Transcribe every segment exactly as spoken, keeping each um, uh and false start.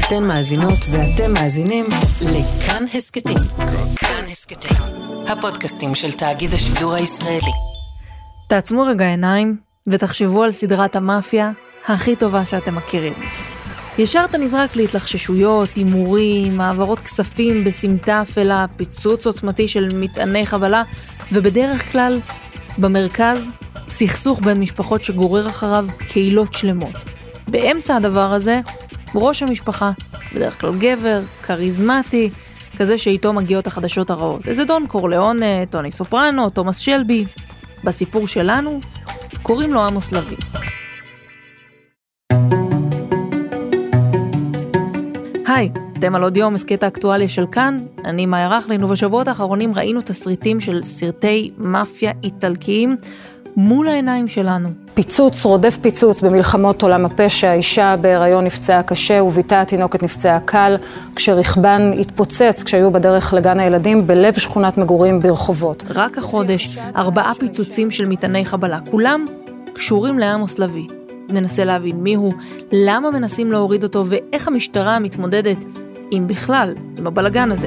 אתן מאזינות ואתם מאזינים לכאן הסקטים. כאן הסקטים, הפודקאסטים של תאגיד השידור הישראלי. תעצמו רגע עיניים ותחשבו על סדרת המאפיה הכי טובה שאתם מכירים. ישר אתה נזרק להתלחששויות, אימורים, העברות כספים בסמטה אפלה, פיצוץ עוצמתי של מטעני חבלה, ובדרך כלל במרכז סכסוך בין משפחות שגורר אחריו קהילות שלמות. באמצע הדבר הזה, ראש המשפחה, בדרך כלל גבר, קריזמטי, כזה שאיתו מגיעות החדשות הרעות. איזה דון קורליאונה, טוני סופרנו, תומאס שלבי. בסיפור שלנו, קוראים לו עמוס לוי. היי, אתם על עוד יום הסקט האקטואליה של כאן, אני מאיה רכלין, ובשבועות האחרונים ראינו תסריטים של סרטי מאפיה איטלקיים מול העיניים שלנו. פיצוץ, רודף פיצוץ במלחמות עולם הפשע, אישה בהיריון נפצעה קשה וביתה התינוקת נפצעה קל, כשרכבן התפוצץ כשהיו בדרך לגן הילדים בלב שכונת מגורים ברחובות. רק החודש, ארבעה פיצוצים של מטעני חבלה, כולם קשורים לעמוס לוי. ננסה להבין מי הוא, למה מנסים להוריד אותו ואיך המשטרה מתמודדת, אם בכלל, עם הבלגן הזה.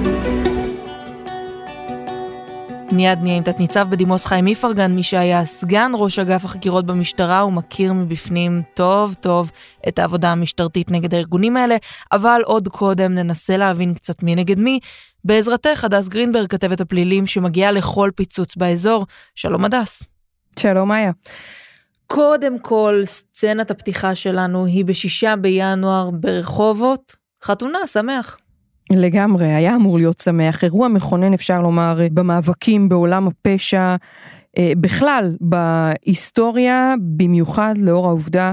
מיד נהיה עם תת ניצב בדימוס חיים איפרגן, מי שהיה סגן ראש אגף החקירות במשטרה, הוא מכיר מבפנים טוב טוב את העבודה המשטרתית נגד הארגונים האלה, אבל עוד קודם ננסה להבין קצת מי נגד מי, בעזרתך הדס גרינברג, כתבת הפלילים שמגיעה לכל פיצוץ באזור. שלום הדס. שלום מאיה. קודם כל, סצנת הפתיחה שלנו היא בשישה בינואר ברחובות, חתונה, שמח. לגמרי, היה אמור להיות שמח, אירוע מכונן אפשר לומר במאבקים בעולם הפשע, בכלל בהיסטוריה, במיוחד לאור העובדה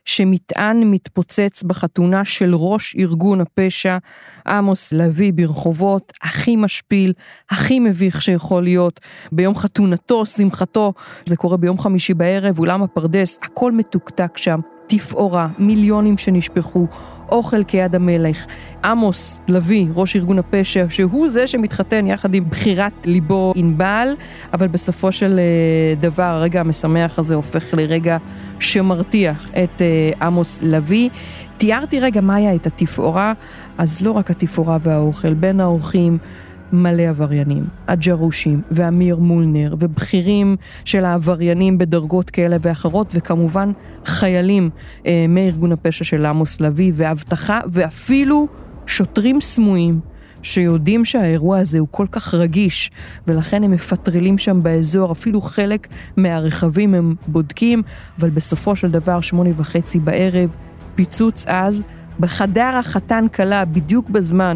שמטען מתפוצץ בחתונה של ראש ארגון הפשע, עמוס לוי ברחובות, הכי משפיל, הכי מביך שיכול להיות, ביום חתונתו, שמחתו, זה קורה ביום חמישי בערב, אולם הפרדס, הכל מתוקתק שם, תפאורה, מיליונים שנשפחו, אוכל כיד המלך, עמוס לוי, ראש ארגון הפשע, שהוא זה שמתחתן יחד עם בחירת ליבו ענבל, אבל בסופו של דבר, הרגע המשמח הזה הופך לרגע שמרתיח את עמוס לוי. תיארתי רגע מה היה את התפאורה, אז לא רק התפאורה והאוכל, בין האורחים, מלא עבריינים, הג'רושים ואמיר מולנר ובכירים של העבריינים בדרגות כאלה ואחרות, וכמובן חיילים אה, מארגון הפשע של עמוס לוי והבטחה, ואפילו שוטרים סמויים שיודעים שהאירוע הזה הוא כל כך רגיש, ולכן הם מפטרלים שם באזור, אפילו חלק מהרכבים הם בודקים, אבל בסופו של דבר שמונה וחצי בערב, פיצוץ אז, בחדר החתן קלה, בדיוק בזמן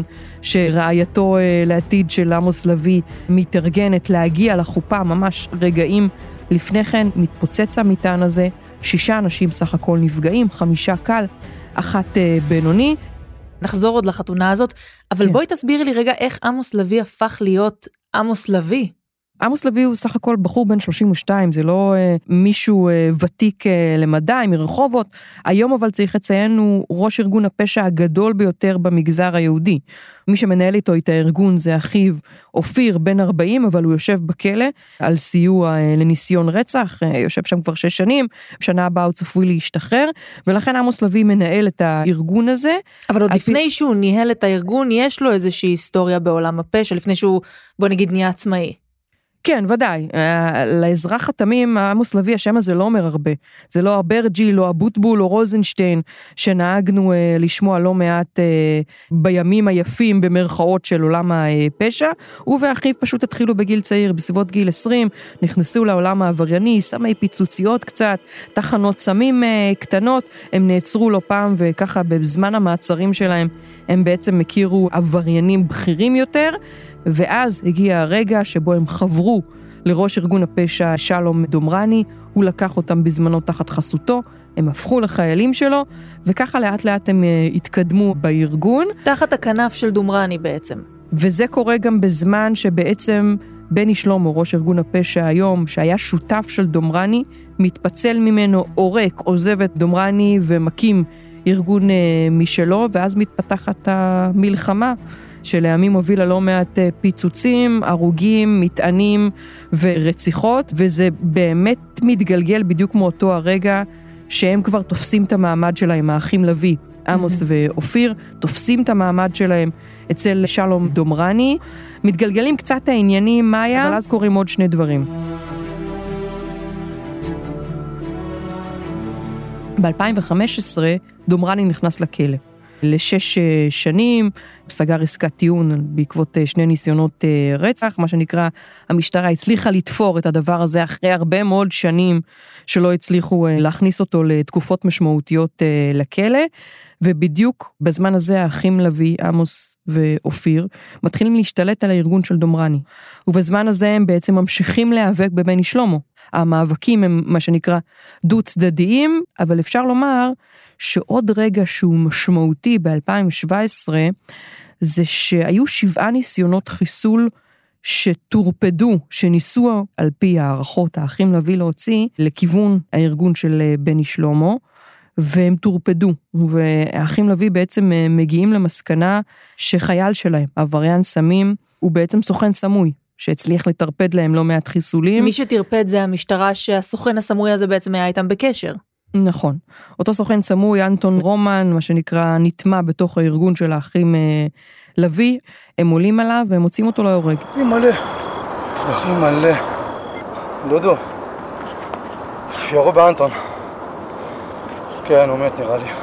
שרעייתו לעתיד של עמוס לוי מתארגנת להגיע לחופה, ממש רגעים לפני כן, מתפוצץ המטען הזה, שישה אנשים סך הכל נפגעים, חמישה קל, אחת בינוני. נחזור עוד לחתונה הזאת, אבל כן. בואי תסבירי לי רגע איך עמוס לוי הפך להיות עמוס לוי. עמוס לוי הוא סך הכל בחור בן שלושים ושתיים, זה לא אה, מישהו אה, ותיק אה, למדי, מרחובות. היום אבל צריך לציין, הוא ראש ארגון הפשע הגדול ביותר במגזר היהודי. מי שמנהל איתו את הארגון זה אחיו אופיר, בן ארבעים, אבל הוא יושב בכלא על סיוע אה, לניסיון רצח, אה, יושב שם כבר שש שנים, בשנה הבאה הוא צפוי להשתחרר, ולכן עמוס לוי מנהל את הארגון הזה. אבל עוד לפני פי... שהוא ניהל את הארגון, יש לו איזושהי היסטוריה בעולם הפשע, לפני שהוא, בוא נגיד, נהיה עצמאי. כן, ודאי. לאזרח התמים, עמוס לוי, השם הזה לא אומר הרבה. זה לא אברג'י, לא אבוטבול או רוזנשטיין, שנהגנו לשמוע לא מעט בימים היפים במרכאות של עולם הפשע, הוא ואחיו פשוט התחילו בגיל צעיר, בסביבות גיל עשרים, נכנסו לעולם העברייני, סמי פיצוציות קצת, תחנות סמים קטנות, הם נעצרו לא פעם, וככה בזמן המעצרים שלהם, הם בעצם הכירו עבריינים בכירים יותר, ואז הגיע הרגע שבו הם חברו לראש ארגון הפשע שלום דומרני, הוא לקח אותם בזמנו תחת חסותו, הם הפכו לחיילים שלו, וככה לאט לאט הם התקדמו בארגון. תחת הכנף של דומרני בעצם. וזה קורה גם בזמן שבעצם בני שלמה, ראש ארגון הפשע היום, שהיה שותף של דומרני, מתפצל ממנו, עורק, עוזב את דומרני ומקים ארגון משלו, ואז מתפתחת המלחמה, שלימים הובילה לא מעט פיצוצים, הרוגים, מטענים ורציחות, וזה באמת מתגלגל בדיוק מאותו הרגע שהם כבר תופסים את המעמד שלהם, האחים לוי, עמוס ואופיר, תופסים את המעמד שלהם אצל שלום דומרני, מתגלגלים קצת העניינים, מה היה, אבל אז קוראים עוד שני דברים. ב-אלפיים וחמש עשרה דומרני נכנס לכלא. לשש שנים, סגר עסקת טיעון בעקבות שני ניסיונות רצח, מה שנקרא, המשטרה הצליחה לתפור את הדבר הזה אחרי הרבה מאוד שנים שלא הצליחו להכניס אותו לתקופות משמעותיות לכלא, ובדיוק בזמן הזה האחים לוי, עמוס ואופיר, מתחילים להשתלט על הארגון של דומרני, ובזמן הזה הם בעצם ממשיכים להיאבק בבני שלמה. המאבקים הם מה שנקרא דו צדדיים, אבל אפשר לומר שעוד רגע שהוא משמעותי ב-אלפיים שבע עשרה, זה שהיו שבעה ניסיונות חיסול שטורפדו, שניסו על פי הערכות האחים לוי להוציא, לכיוון הארגון של בני שלמה, והם טורפדו, והאחים לוי בעצם מגיעים למסקנה שחייל שלהם, עבריין סמים, הוא בעצם סוכן סמוי, שהצליח לטרפד להם לא מעט חיסולים. מי שטרפד זה המשטרה שהסוכן הסמוי הזה בעצם היה איתם בקשר. נכון. אותו סוכן סמוי, אנטון רומן, מה שנקרא נטמע בתוך הארגון של האחים לוי, הם עולים עליו והם מוצאים אותו להורג. אחי מלא, אחי מלא. דודו, שירו באנטון. כן, הוא מת נראה לי.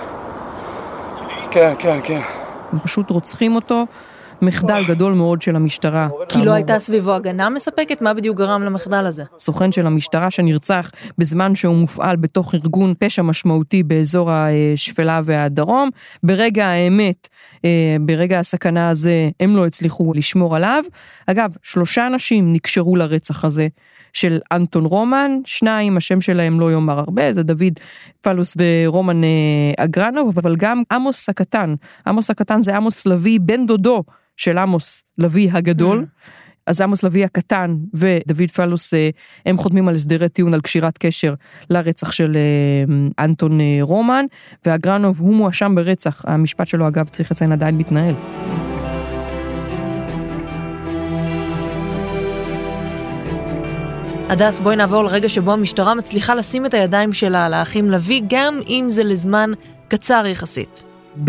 כן, כן, כן. הם פשוט רוצחים אותו, מחדל גדול מאוד של המשטרה. כי לא הייתה סביבו הגנה מספקת? מה בדיוק גרם למחדל הזה? סוכן של המשטרה שנרצח בזמן שהוא מופעל בתוך ארגון פשע משמעותי באזור השפלה והדרום. ברגע האמת, ברגע הסכנה הזה, הם לא הצליחו לשמור עליו. אגב, שלושה אנשים נקשרו לרצח הזה של אנטון רומן, שניים, השם שלהם לא יאמר הרבה, זה דוד פלוס ורומן אגרנוב, אבל גם עמוס הקטן. עמוס הקטן זה עמוס לוי, בן דודו של עמוס לוי הגדול, אז עמוס לוי הקטן ודוד פלוס, הם חותמים על הסדרי טיעון על קשירת קשר לרצח של אנטון רומן, ואגרנוב הוא מואשם ברצח, המשפט שלו אגב צריך לציין עדיין מתנהל. הדס, בואי נעבור לרגע שבו המשטרה מצליחה לשים את הידיים שלה על האחים לוי, גם אם זה לזמן קצר יחסית.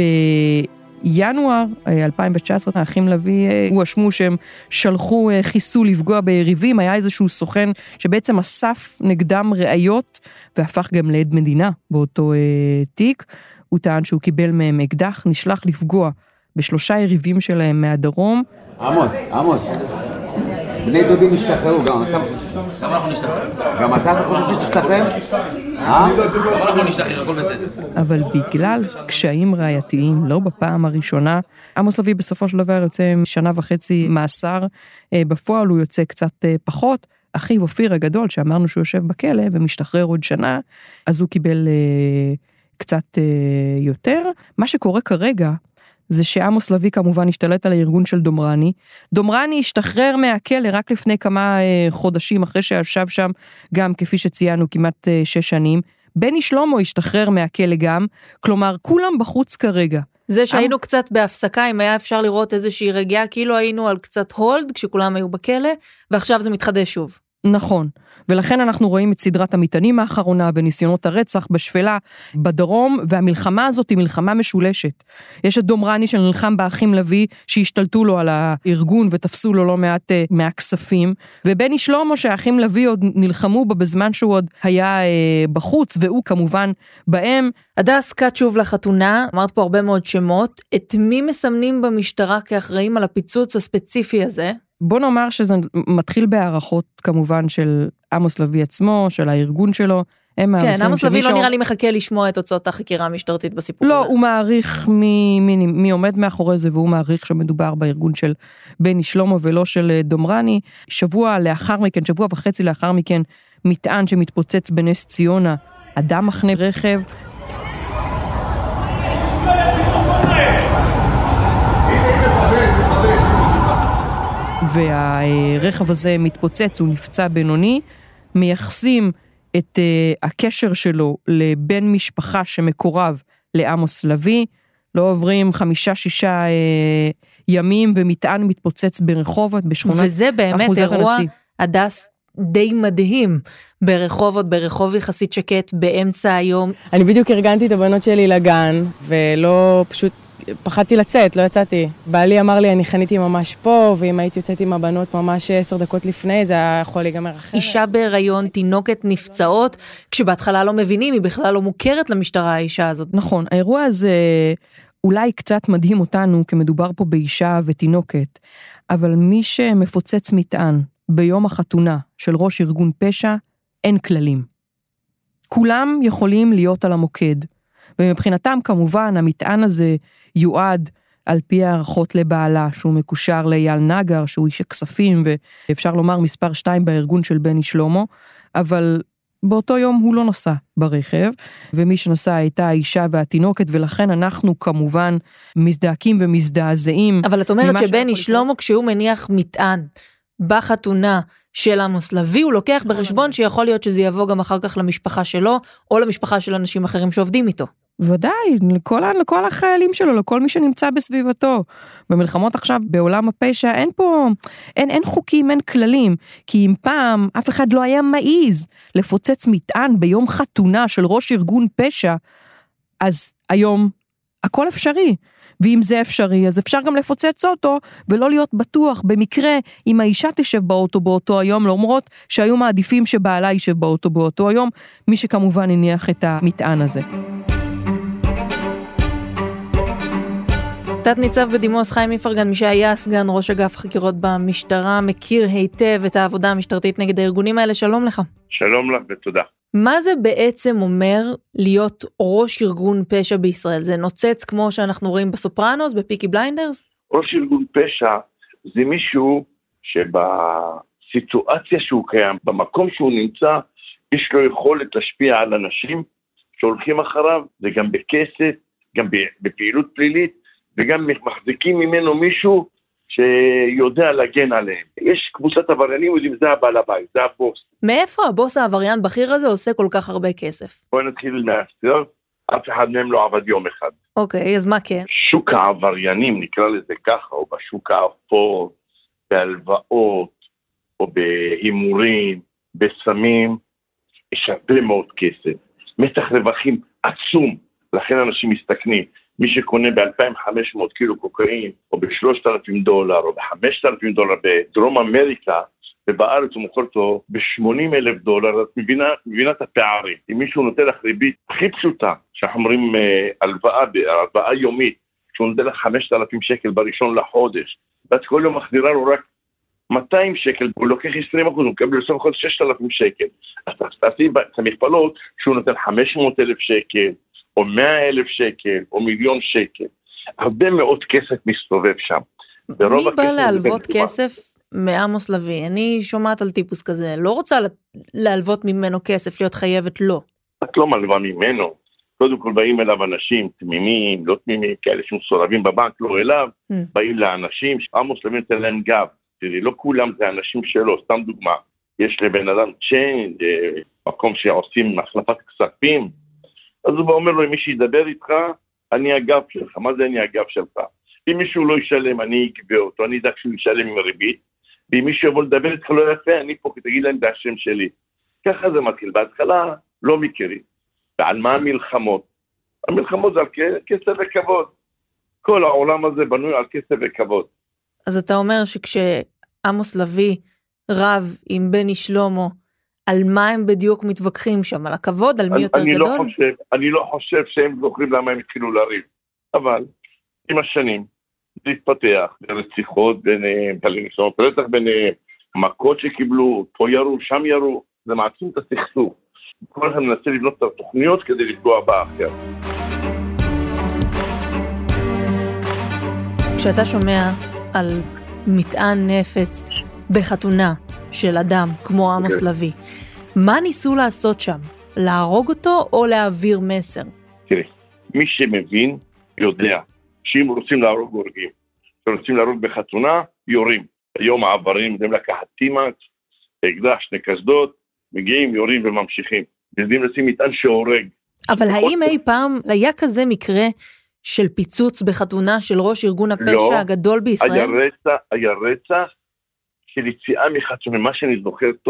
בינואר אלפיים תשע עשרה, האחים לוי הואשמו שהם שלחו חיסול לפגוע ביריבים, היה איזשהו סוכן שבעצם אסף נגדם ראיות, והפך גם לעד מדינה באותו תיק. הוא טען שהוא קיבל מהם אקדח, נשלח לפגוע בשלושה יריבים שלהם מהדרום. עמוס, עמוס. בני דודים השתחררו, גם אתה... גם אנחנו נשתחרר. גם אתה, אתה חושב שתשתחרר? אה? גם אנחנו נשתחרר, הכל בסדר. אבל בגלל קשיים ראייתיים, לא בפעם הראשונה, עמוס לוי בסופו של דבר יוצא שנה וחצי מאסר, בפועל הוא יוצא קצת פחות, אחיו אופיר הגדול, שאמרנו שהוא יושב בכלא ומשתחרר עוד שנה, אז הוא קיבל קצת יותר. מה שקורה כרגע, זה שעמוס לוי כמובן השתלט על הארגון של דומרני. דומרני השתחרר מהכלא רק לפני כמה חודשים, אחרי שישב שם גם, כפי שציינו, כמעט שש שנים. בני שלמה השתחרר מהכלא גם, כלומר, כולם בחוץ כרגע. זה שהיינו קצת בהפסקה, אם היה אפשר לראות איזושהי רגיעה, כאילו היינו על קצת הולד, כשכולם היו בכלא, ועכשיו זה מתחדש שוב. נכון, ולכן אנחנו רואים את סדרת המטענים האחרונה בניסיונות הרצח בשפלה בדרום, והמלחמה הזאת היא מלחמה משולשת. יש את דומרני שנלחם באחים לוי שהשתלטו לו על הארגון ותפסו לו לא מעט uh, מהכספים, ובני שלמה שהאחים לוי עוד נלחמו בו בזמן שהוא עוד היה uh, בחוץ, והוא כמובן בהם. הדס, קט שוב לחתונה, אמרת פה הרבה מאוד שמות, את מי מסמנים במשטרה כאחראים על הפיצוץ הספציפי הזה? בוא נאמר שזה מתחיל בהערכות כמובן של עמוס לוי עצמו, של הארגון שלו. כן, עמוס לוי לא נראה לי מחכה לשמוע את תוצאות החקירה המשטרתית בסיפור הזה. לא, הוא מעריך מי, מי, מי עומד מאחורי זה, והוא מעריך שמדובר בארגון של בני שלמה ולא של דומרני. שבוע לאחר מכן, שבוע וחצי לאחר מכן, מטען שמתפוצץ בנס ציונה, אדם מחנה רכב, והרכב הזה מתפוצץ, הוא נפצע בינוני, מייחסים את uh, הקשר שלו לבן משפחה שמקורב לעמוס לוי, לא עוברים חמישה, שישה uh, ימים, ומטען מתפוצץ ברחובות, בשכונת וזה באמת אירוע, הדס, די מדהים ברחובות, ברחוב יחסית שקט, באמצע היום. אני בדיוק ארגנתי את הבנות שלי לגן, ולא פשוט פחדתי לצאת, לא יצאתי. בעלי אמר לי, אני חניתי ממש פה, ואם הייתי יוצאת עם הבנות ממש עשר דקות לפני, זה היה יכול להיגמר אחרת. אישה בהיריון, תינוקת נפצעות, כשבהתחלה לא מבינים, היא בכלל לא מוכרת למשטרה, האישה הזאת. נכון, האירוע הזה אולי קצת מדהים אותנו, כי מדובר פה באישה ותינוקת, אבל מי שמפוצץ מטען ביום החתונה של ראש ארגון פשע, אין כללים. כולם יכולים להיות על המוקד, ומבחינתם כמובן המטען הזה יועד על פי הערכות לבעלה, שהוא מקושר לאייל נגר, שהוא איש הכספים, ואפשר לומר מספר שתיים בארגון של בני שלמה, אבל באותו יום הוא לא נסע ברכב, ומי שנסע הייתה האישה והתינוקת, ולכן אנחנו כמובן מזדעקים ומזדעזעים. אבל את אומרת שבני שלמה, כשהוא מניח מטען בחתונה של עמוס לוי, הוא לוקח בחשבון שיכול להיות שזה יבוא גם אחר כך למשפחה שלו, או למשפחה של אנשים אחרים שעובדים איתו. ודאי, לכל, לכל החיילים שלו, לכל מי שנמצא בסביבתו. במלחמות עכשיו בעולם הפשע אין פה, אין, אין חוקים, אין כללים, כי אם פעם אף אחד לא היה מעיז לפוצץ מטען ביום חתונה של ראש ארגון פשע, אז היום הכל אפשרי. ואם זה אפשרי, אז אפשר גם לפוצץ אותו, ולא להיות בטוח במקרה אם האישה תשב באוטו באותו היום, למרות שהיו מעדיפים שבעלה יישב באוטו באותו היום, מי שכמובן הניח את המטען הזה. תת ניצב בדימוס חיים איפרגן, מי שהיה סגן ראש אגף חקירות במשטרה, מכיר היטב את העבודה המשטרתית נגד הארגונים האלה. שלום לך. שלום לך ותודה. מה זה בעצם אומר להיות ראש ארגון פשע בישראל? זה נוצץ כמו שאנחנו רואים בסופרנוס, בפיקי בליינדרס? ראש ארגון פשע זה מישהו שבסיטואציה שהוא קיים, במקום שהוא נמצא, יש לו יכולת להשפיע על אנשים שהולכים אחריו, וגם בכסף, גם בפעילות פלילית, וגם מחזיקים ממנו מישהו שיודע להגן עליהם. יש קבוצת עבריינים, יודעים, זה הבעל הבית, זה הבוס. מאיפה הבוס העבריין בכיר הזה עושה כל כך הרבה כסף? בואי נתחיל מהסדר, אף אחד מהם לא עבד יום אחד. אוקיי, אז מה כן? שוק העבריינים, נקרא לזה ככה, או בשוק האפור, בהלוואות, או בהימורים, בסמים, יש הרבה מאוד כסף. מתח רווחים עצום, לכן אנשים מסתכנים. מי שקונה ב-אלפיים וחמש מאות קילו קוקאין, או ב-שלושת אלפים דולר, או ב-חמשת אלפים דולר בדרום אמריקה, ובארץ הוא מוכר אותו ב-שמונים אלף דולר, את מבינה, מבינה את הפערים. אם מישהו נותן לך ריבית הכי פשוטה, שאנחנו אומרים הלוואה, הלוואה יומית, שהוא נותן לך חמשת אלפים שקל בראשון לחודש, ואת כל יום מחזירה לו רק מאתיים שקל, הוא לוקח עשרים אחוז, הוא מקבל בסוף חודש ששת אלפים שקל. אז תעשי את המכפלות שהוא נותן חמש מאות אלף שקל, או מאה אלף שקל, או מיליון שקל. הרבה מאוד כסף מסתובב שם. מי בא להלוות כסף מעמוס לוי? אני שומעת על טיפוס כזה, לא רוצה להלוות ממנו כסף, להיות חייבת לו. את לא מלווה ממנו. קודם כל באים אליו אנשים תמימים, לא תמימים, כאלה שמסורבים בבנק, לא אליו, באים לאנשים, עמוס לוי נותן להם גב. תראי, לא כולם זה אנשים שלו, סתם דוגמה. יש לבן אדם צ'יין, מקום שעושים החלפת כספים, אז הוא אומר לו, אם מישהו ידבר איתך, אני הגב שלך. מה זה אני הגב שלך? אם מישהו לא ישלם, אני אקבע אותו, אני אדאג שהוא ישלם עם ריבית, ואם מישהו יבוא לדבר איתך לא יפה, אני פה תגיד להם את השם שלי. ככה זה מתחיל. בהתחלה לא מכירים. ועל מה המלחמות? המלחמות זה על כסף וכבוד. כל העולם הזה בנוי על כסף וכבוד. אז אתה אומר שכשעמוס לוי רב עם בני שלמה, על מה הם בדיוק מתווכחים שם? על הכבוד? על מי יותר אני גדול? לא חושב, אני לא חושב שהם זוכרים למה הם התחילו לריב. אבל עם השנים זה התפתח, רציחות ביניהם, ניסיונות רצח ביניהם, מכות שקיבלו, פה ירו, שם ירו, זה מעצים את הסכסוך. כל אחד מנסה לבנות את התוכניות כדי לפגוע באחר. כשאתה שומע על מטען נפץ בחתונה של אדם כמו עמוס okay. לוי, מה ניסו לעשות שם? להרוג אותו או להעביר מסר? תראי, מי שמבין יודע שאם רוצים להרוג הורגים, רוצים להרוג בחתונה, יורים. היום העברים יודעים לקחת טימאץ', אקדח, שני קסדות, מגיעים, יורים וממשיכים. יודעים לשים מטען שהורג. אבל האם אי פעם היה כזה מקרה של פיצוץ בחתונה של ראש ארגון הפשע לא, הגדול בישראל? היה רצח, היה רצח של יציאה מחתונה, מה שאני זוכר טוב,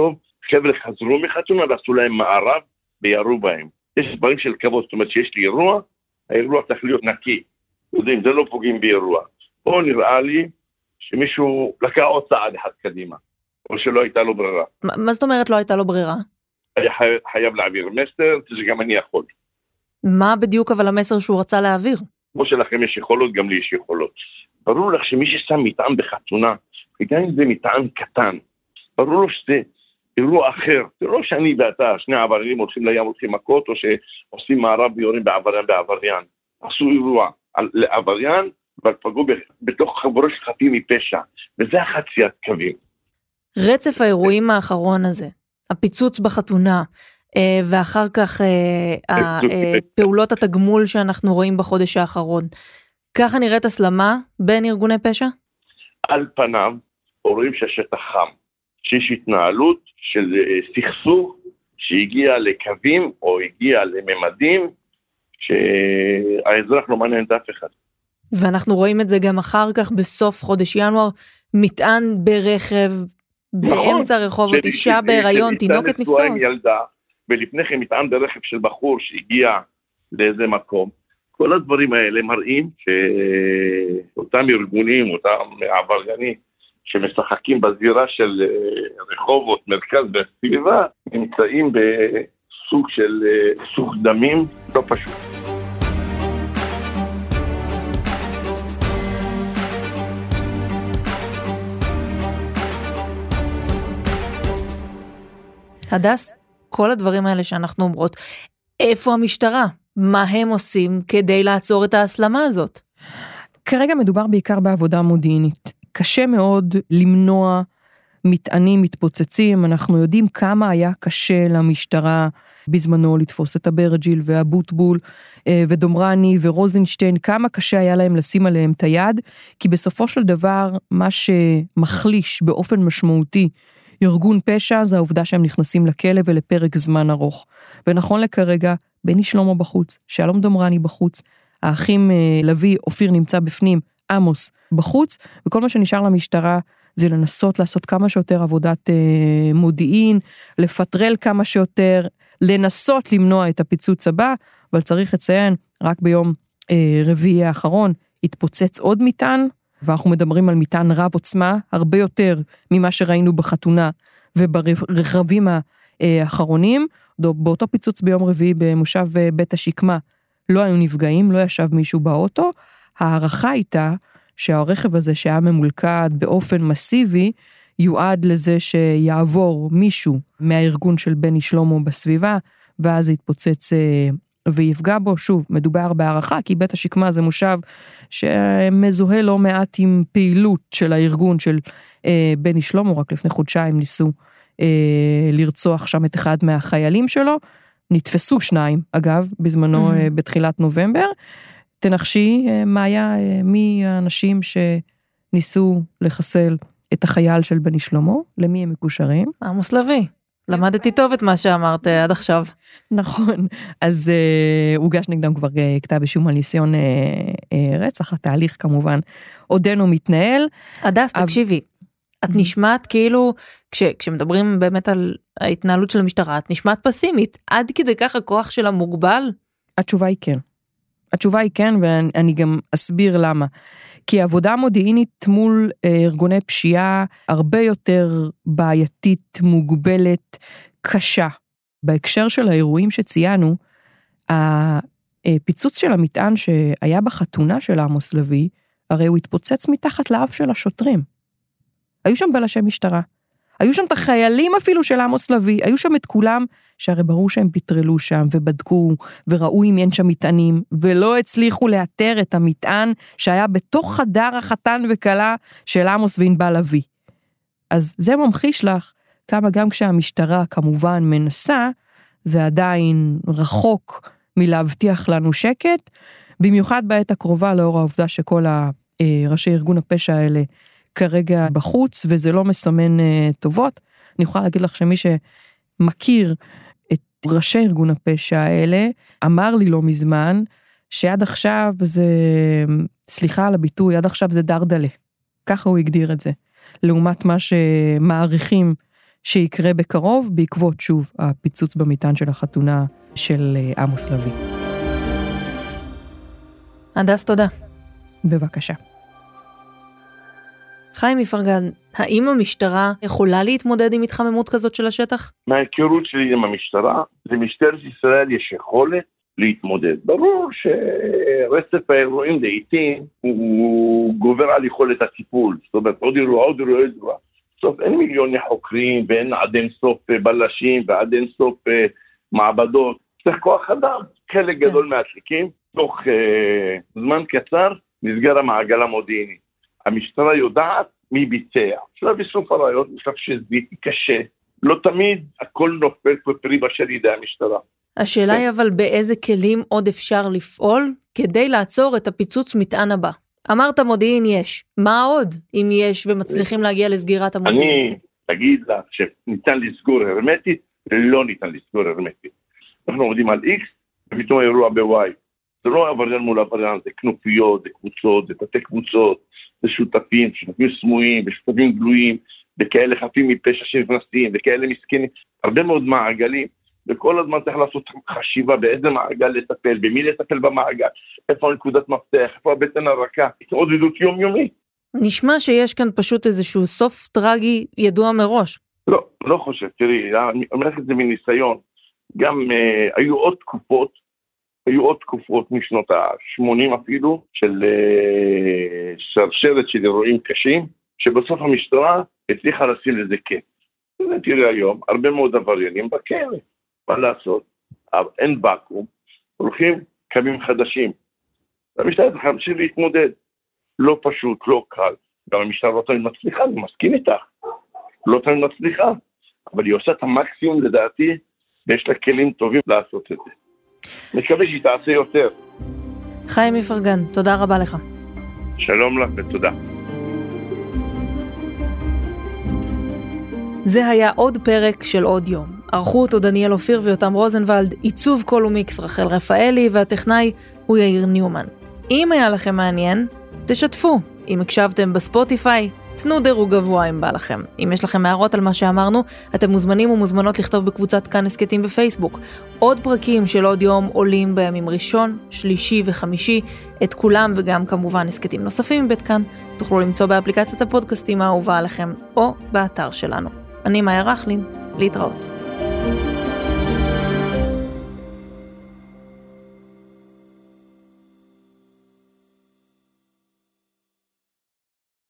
חבר'ה חזרו מחתונה ועשו להם מערב וירו בהם. יש דברים של כבוד, זאת אומרת שיש לי אירוע, האירוע צריך להיות נקי. יודעים, זה לא פוגעים באירוע. פה נראה לי שמישהו לקח עוד צעד אחד קדימה, או שלא הייתה לו ברירה. מה זאת אומרת לא הייתה לו ברירה? היה חייב להעביר מסר, שגם אני יכול. מה בדיוק אבל המסר שהוא רצה להעביר? כמו שלכם יש יכולות, גם לי יש יכולות. ברור לך שמי ששם מטען בחתונה, וגם אם זה מטען קטן, ברור לו שזה אירוע אחר. זה לא שאני ואתה, שני עבריינים הולכים לים, הולכים מכות, או שעושים מערב ויורים בעבריין בעבריין. עשו אירוע לעבריין, ופגעו בתוך חבורה של חפים מפשע. וזה החציית קווים. רצף האירועים האחרון הזה, הפיצוץ בחתונה, ואחר כך פעולות התגמול שאנחנו רואים בחודש האחרון, ככה נראית הסלמה בין ארגוני פשע? על פניו, רואים שהשטח חם, שיש התנהלות של סכסוך שהגיע לקווים או הגיע לממדים שהאזרח לא מעניין את אף אחד. ואנחנו רואים את זה גם אחר כך בסוף חודש ינואר, מטען ברכב, באמצע רחובות, אישה בהיריון, תינוקת נפצעות. ולפני כן מטען ברכב של בחור שהגיע לאיזה מקום. כל הדברים האלה מראים שאותם ארגונים, אותם עבריינים שמשחקים בזירה של רחובות, מרכז בסביבה, נמצאים בסוג של סוג דמים לא פשוט. הדס, כל הדברים האלה שאנחנו אומרות, איפה המשטרה? מה הם עושים כדי לעצור את ההסלמה הזאת? כרגע מדובר בעיקר בעבודה מודיעינית. קשה מאוד למנוע מטענים מתפוצצים, אנחנו יודעים כמה היה קשה למשטרה בזמנו לתפוס את הברג'יל והבוטבול ודומרני ורוזנשטיין, כמה קשה היה להם לשים עליהם את היד, כי בסופו של דבר מה שמחליש באופן משמעותי ארגון פשע זה העובדה שהם נכנסים לכלא ולפרק זמן ארוך. ונכון לכרגע, בני שלמה בחוץ, שלום דומרני בחוץ, האחים לוי, אופיר נמצא בפנים, עמוס בחוץ, וכל מה שנשאר למשטרה זה לנסות לעשות כמה שיותר עבודת אה, מודיעין, לפטרל כמה שיותר, לנסות למנוע את הפיצוץ הבא, אבל צריך לציין, רק ביום אה, רביעי האחרון, התפוצץ עוד מטען, ואנחנו מדברים על מטען רב עוצמה, הרבה יותר ממה שראינו בחתונה, וברכבים האחרונים, באותו פיצוץ ביום רביעי במושב בית השקמה, לא היו נפגעים, לא ישב מישהו באוטו, הערכה הייתה שהרכב הזה שהיה ממולכד באופן מסיבי, יועד לזה שיעבור מישהו מהארגון של בני שלמה בסביבה, ואז יתפוצץ ויפגע בו. שוב, מדובר בהערכה, כי בית השקמה זה מושב שמזוהה לא מעט עם פעילות של הארגון של בני שלמה, רק לפני חודשיים ניסו לרצוח שם את אחד מהחיילים שלו, נתפסו שניים, אגב, בזמנו mm-hmm. בתחילת נובמבר. תנחשי, מה היה, מי האנשים שניסו לחסל את החייל של בני שלמה? למי הם מקושרים? עמוס לוי. למדתי טוב את מה שאמרת עד עכשיו. נכון. אז uh, הוגש נגדם כבר uh, כתב אישום על ניסיון uh, uh, רצח, התהליך כמובן עודנו מתנהל. הדס, אבל... תקשיבי, את נשמעת כאילו, כש, כשמדברים באמת על ההתנהלות של המשטרה, את נשמעת פסימית, עד כדי כך הכוח שלה מוגבל? התשובה היא כן. התשובה היא כן, ואני גם אסביר למה. כי העבודה המודיעינית מול ארגוני פשיעה הרבה יותר בעייתית, מוגבלת, קשה. בהקשר של האירועים שציינו, הפיצוץ של המטען שהיה בחתונה של עמוס לוי, הרי הוא התפוצץ מתחת לאף של השוטרים. היו שם בלשי משטרה. היו שם את החיילים אפילו של עמוס לוי, היו שם את כולם, שהרי ברור שהם פטרלו שם ובדקו וראו אם אין שם מטענים, ולא הצליחו לאתר את המטען שהיה בתוך חדר החתן וכלה של עמוס וענבל לוי. אז זה ממחיש לך כמה גם כשהמשטרה כמובן מנסה, זה עדיין רחוק מלהבטיח לנו שקט, במיוחד בעת הקרובה לאור העובדה שכל ראשי ארגון הפשע האלה כרגע בחוץ, וזה לא מסמן טובות. אני יכולה להגיד לך שמי שמכיר את ראשי ארגון הפשע האלה, אמר לי לא מזמן, שעד עכשיו זה, סליחה על הביטוי, עד עכשיו זה דרדלה. ככה הוא הגדיר את זה. לעומת מה שמעריכים שיקרה בקרוב, בעקבות שוב הפיצוץ במטען של החתונה של עמוס לוי. הדס, תודה. בבקשה. חיים איפרגן, האם המשטרה יכולה להתמודד עם התחממות כזאת של השטח? מההיכרות שלי עם המשטרה, למשטרת ישראל יש יכולת להתמודד. ברור שרצף האירועים לעיתים הוא גובר על יכולת הטיפול. זאת אומרת, עוד אירוע, עוד אירוע, עוד אירוע. בסוף אין מיליוני חוקרים ואין עד אין סוף בלשים ועד אין סוף מעבדות. צריך כוח אדם. חלק כן. גדול מהתיקים, תוך uh, זמן קצר נסגר המעגל המודיעיני. המשטרה יודעת מי ביצע. שלב איסוף הראיות, שלב שזה קשה. לא תמיד הכל נופל בפרי בשל ידי המשטרה. השאלה היא אבל באיזה כלים עוד אפשר לפעול כדי לעצור את הפיצוץ מטען הבא. אמרת מודיעין יש. מה עוד אם יש ומצליחים להגיע לסגירת המודיעין? אני אגיד לה שניתן לסגור הרמטית, לא ניתן לסגור הרמטית. אנחנו עובדים על X ופתאום האירוע ב-Y. זה לא עבריין מול עבריין, זה כנופיות, זה קבוצות, זה תתי קבוצות, זה שותפים, שותפים סמויים, ושותפים גלויים, וכאלה חפים מפשע שנכנסים, וכאלה מסכנים, הרבה מאוד מעגלים, וכל הזמן צריך לעשות חשיבה באיזה מעגל לטפל, במי לטפל במעגל, איפה הנקודת מפתח, איפה הבטן הרכה, התמודדות יומיומית. נשמע שיש כאן פשוט איזשהו סוף טרגי ידוע מראש. לא, לא חושב, תראי, אני אומר לך את זה מניסיון, גם אה, היו עוד תקופות, היו עוד תקופות משנות ה-שמונים אפילו, של אה, שרשרת של אירועים קשים, שבסוף המשטרה הצליחה לשים לזה קץ. תראי היום, הרבה מאוד עבריינים בכלא, מה לעשות? אין בקום, הולכים קמים חדשים. והמשטרה צריכה להמשיך להתמודד. לא פשוט, לא קל. גם המשטרה לא תמיד מצליחה, אני מסכים איתך. לא תמיד מצליחה, אבל היא עושה את המקסימום לדעתי, ויש לה כלים טובים לעשות את זה. מקווה שהיא תעשה יותר. חיים איפרגן, תודה רבה לך. שלום לך ותודה. זה היה עוד פרק של עוד יום. ערכו אותו דניאל אופיר ויותם רוזנבלד, עיצוב קול ומיקס רחל רפאלי, והטכנאי הוא יאיר ניומן. אם היה לכם מעניין, תשתפו. אם הקשבתם בספוטיפיי, תנו דירוג גבוה אם בא לכם. אם יש לכם הערות על מה שאמרנו, אתם מוזמנים ומוזמנות לכתוב בקבוצת כאן הסקטים בפייסבוק. עוד פרקים של עוד יום עולים בימים ראשון, שלישי וחמישי. את כולם וגם כמובן הסקטים נוספים מבית כאן תוכלו למצוא באפליקציית הפודקאסטים האהובה עליכם או באתר שלנו. אני מאיה רכלין, להתראות.